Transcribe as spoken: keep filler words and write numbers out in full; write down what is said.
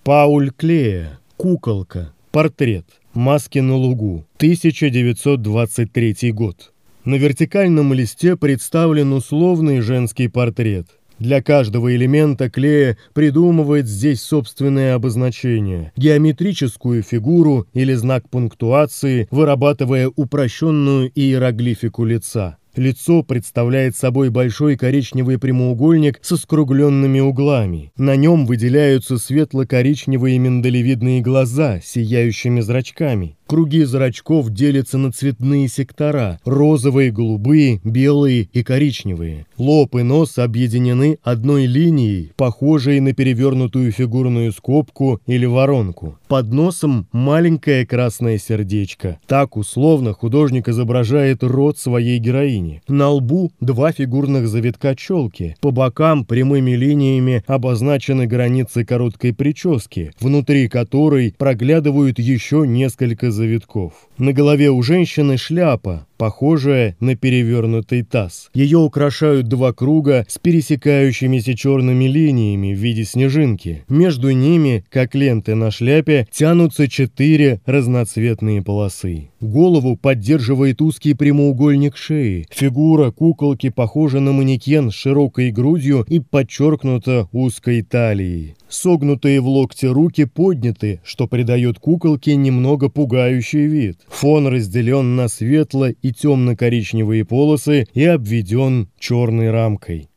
Пауль Клея. Куколка. Портрет. Маски на лугу. тысяча девятьсот двадцать третий год. На вертикальном листе представлен условный женский портрет. Для каждого элемента Клея придумывает здесь собственное обозначение, геометрическую фигуру или знак пунктуации, вырабатывая упрощенную иероглифику лица. Лицо представляет собой большой коричневый прямоугольник со скругленными углами. На нем выделяются светло-коричневые миндалевидные глаза с сияющими зрачками. Круги зрачков делятся на цветные сектора – розовые, голубые, белые и коричневые. Лоб и нос объединены одной линией, похожей на перевернутую фигурную скобку или воронку. Под носом маленькое красное сердечко. Так условно художник изображает рот своей героини. На лбу два фигурных завитка челки. По бокам прямыми линиями обозначены границы короткой прически, внутри которой проглядывают еще несколько завитков. На голове у женщины шляпа, похожая на перевернутый таз. Ее украшают два круга с пересекающимися черными линиями в виде снежинки. Между ними, как ленты на шляпе, тянутся четыре разноцветные полосы. Голову поддерживает узкий прямоугольник шеи. Фигура куколки похожа на манекен с широкой грудью и подчеркнута узкой талией. Согнутые в локте руки подняты, что придает куколке немного пугающий вид. Фон разделен на светло- и темно-коричневые полосы и обведен черной рамкой.